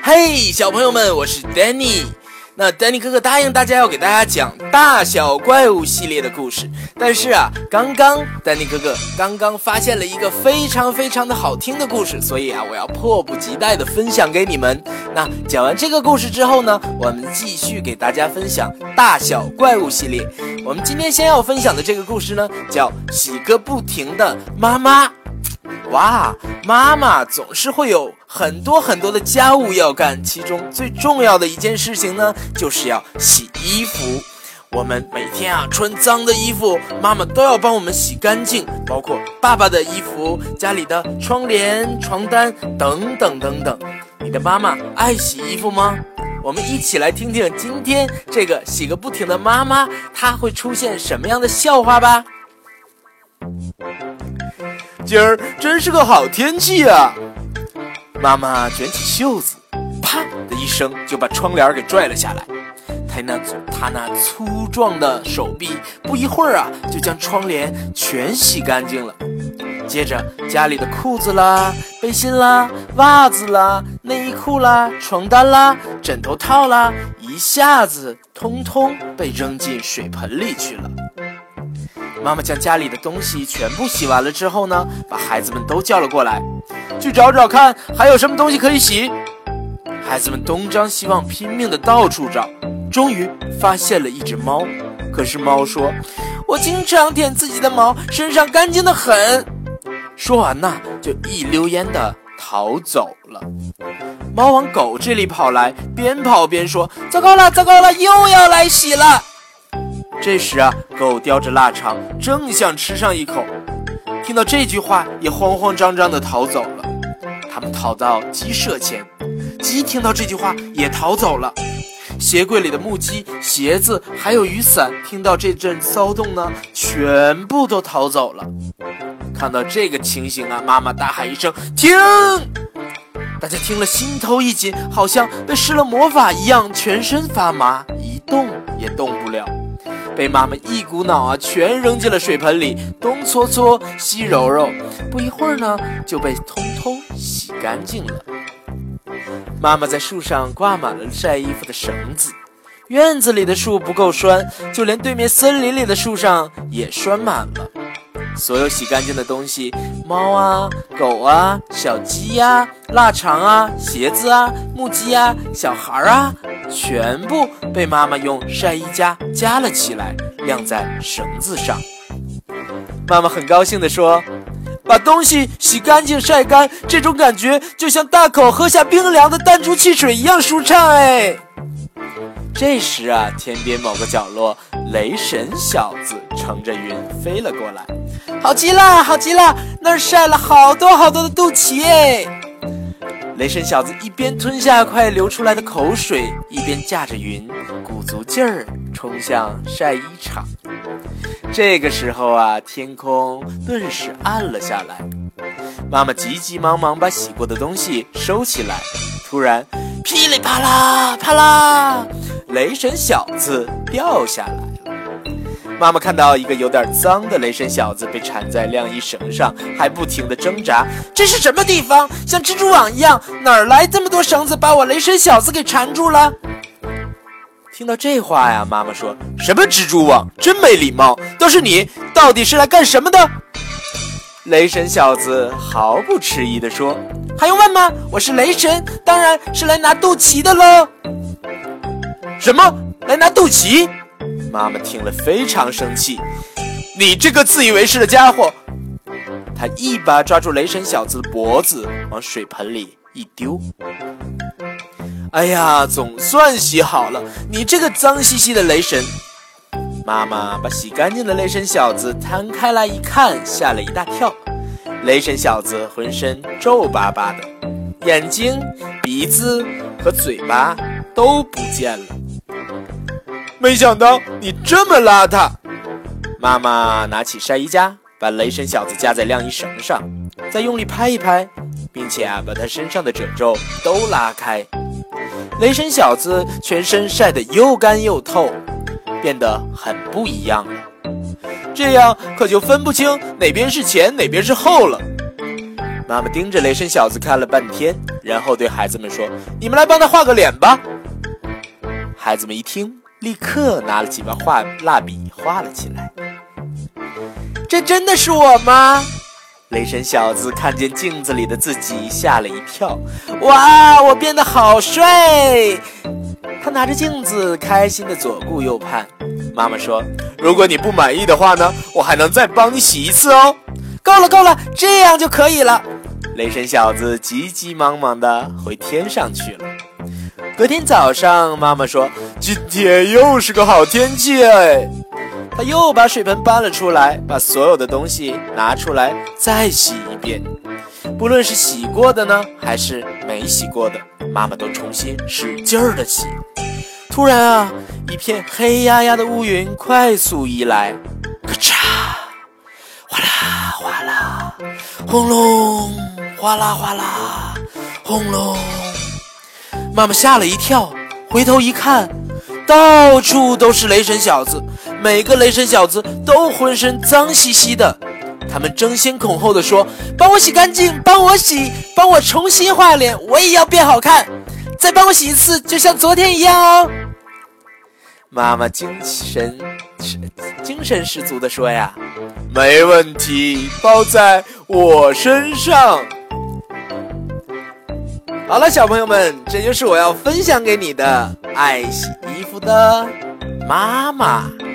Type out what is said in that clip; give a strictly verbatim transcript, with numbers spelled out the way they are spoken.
嘿，小朋友们，我是 Danny。那 Danny 哥哥答应大家要给大家讲大小怪物系列的故事，但是啊，刚刚 Danny 哥哥刚刚发现了一个非常非常的好听的故事，所以啊，我要迫不及待的分享给你们。那讲完这个故事之后呢，我们继续给大家分享大小怪物系列。我们今天先要分享的这个故事呢，叫洗个不停的妈妈。哇，妈妈总是会有很多很多的家务要干，其中最重要的一件事情呢，就是要洗衣服。我们每天啊穿脏的衣服，妈妈都要帮我们洗干净，包括爸爸的衣服、家里的窗帘、床单等等等等。你的妈妈爱洗衣服吗？我们一起来听听今天这个洗个不停的妈妈，她会出现什么样的笑话吧。今儿真是个好天气啊！妈妈卷起袖子，啪的一声就把窗帘给拽了下来。她那她那粗壮的手臂，不一会儿啊，就将窗帘全洗干净了。接着，家里的裤子啦、背心啦、袜子啦、内衣裤啦、床单啦、枕头套啦，一下子通通被扔进水盆里去了。妈妈将家里的东西全部洗完了之后呢，把孩子们都叫了过来，去找找看还有什么东西可以洗。孩子们东张西望，拼命的到处找，终于发现了一只猫。可是猫说：“我经常舔自己的毛，身上干净得很。”说完呢，就一溜烟的逃走了。猫往狗这里跑来，边跑边说：“糟糕了，糟糕了，又要来洗了。”这时啊，狗叼着腊肠，正想吃上一口，听到这句话，也慌慌张张地逃走了。他们逃到鸡舍前，鸡听到这句话也逃走了。鞋柜里的木屐、鞋子还有雨伞，听到这阵骚动呢，全部都逃走了。看到这个情形啊，妈妈大喊一声：“停！”大家听了心头一紧，好像被施了魔法一样，全身发麻，一动也动不了。被妈妈一股脑啊全扔进了水盆里，东搓搓西揉揉，不一会儿呢就被通通洗干净了。妈妈在树上挂满了晒衣服的绳子，院子里的树不够拴，就连对面森林里的树上也拴满了。所有洗干净的东西，猫啊、狗啊、小鸡呀、啊、腊肠啊、鞋子啊、木屐啊、小孩啊，全部被妈妈用晒衣夹夹了起来，晾在绳子上。妈妈很高兴地说：“把东西洗干净晒干，这种感觉就像大口喝下冰凉的弹珠汽水一样舒畅哎。”这时啊，天边某个角落，雷神小子乘着云飞了过来。好极了，好极了，那儿晒了好多好多的肚脐哎！雷神小子一边吞下快流出来的口水，一边驾着云，鼓足劲儿冲向晒衣场。这个时候啊，天空顿时暗了下来。妈妈急急忙忙把洗过的东西收起来，突然噼里啪啦啪啦，雷神小子掉下来了。妈妈看到一个有点脏的雷神小子被缠在晾衣绳上，还不停地挣扎。这是什么地方？像蜘蛛网一样，哪儿来这么多绳子把我雷神小子给缠住了？听到这话呀，妈妈说：“什么蜘蛛网？真没礼貌！都是你，到底是来干什么的？”雷神小子毫不迟疑地说：“还用问吗？我是雷神，当然是来拿肚脐的喽。”什么？来拿肚脐？妈妈听了非常生气，你这个自以为是的家伙！她一把抓住雷神小子的脖子，往水盆里一丢。哎呀，总算洗好了，你这个脏兮兮的雷神！妈妈把洗干净的雷神小子摊开来一看，吓了一大跳。雷神小子浑身皱巴巴的，眼睛、鼻子和嘴巴都不见了。没想到你这么邋遢！妈妈拿起晒衣夹，把雷神小子夹在晾衣绳上，再用力拍一拍，并且啊，把他身上的褶皱都拉开。雷神小子全身晒得又干又透，变得很不一样了。这样可就分不清哪边是前哪边是后了。 妈妈盯着雷神小子看了半天，然后对孩子们说：“你们来帮他画个脸吧。”孩子们一听，立刻拿了几把画蜡笔画了起来。这真的是我吗？雷神小子看见镜子里的自己，吓了一跳。哇，我变得好帅！他拿着镜子开心地左顾右盼。妈妈说：“如果你不满意的话呢，我还能再帮你洗一次哦。”够了够了，这样就可以了。雷神小子急急忙忙地回天上去了。隔天早上，妈妈说：“今天又是个好天气哎。”他又把水盆搬了出来，把所有的东西拿出来再洗一遍。不论是洗过的呢，还是没洗过的，妈妈都重新使劲儿的洗。突然啊，一片黑压压的乌云快速移来，咔嚓，哗啦哗啦，轰隆，哗啦哗啦，轰隆。妈妈吓了一跳，回头一看，到处都是雷神小子，每个雷神小子都浑身脏兮兮的。他们争先恐后地说：“帮我洗干净，帮我洗，帮我重新画脸，我也要变好看，再帮我洗一次，就像昨天一样哦。”妈妈精神精神十足地说呀：“没问题，包在我身上。”好了，小朋友们，这就是我要分享给你的爱洗衣服的妈妈。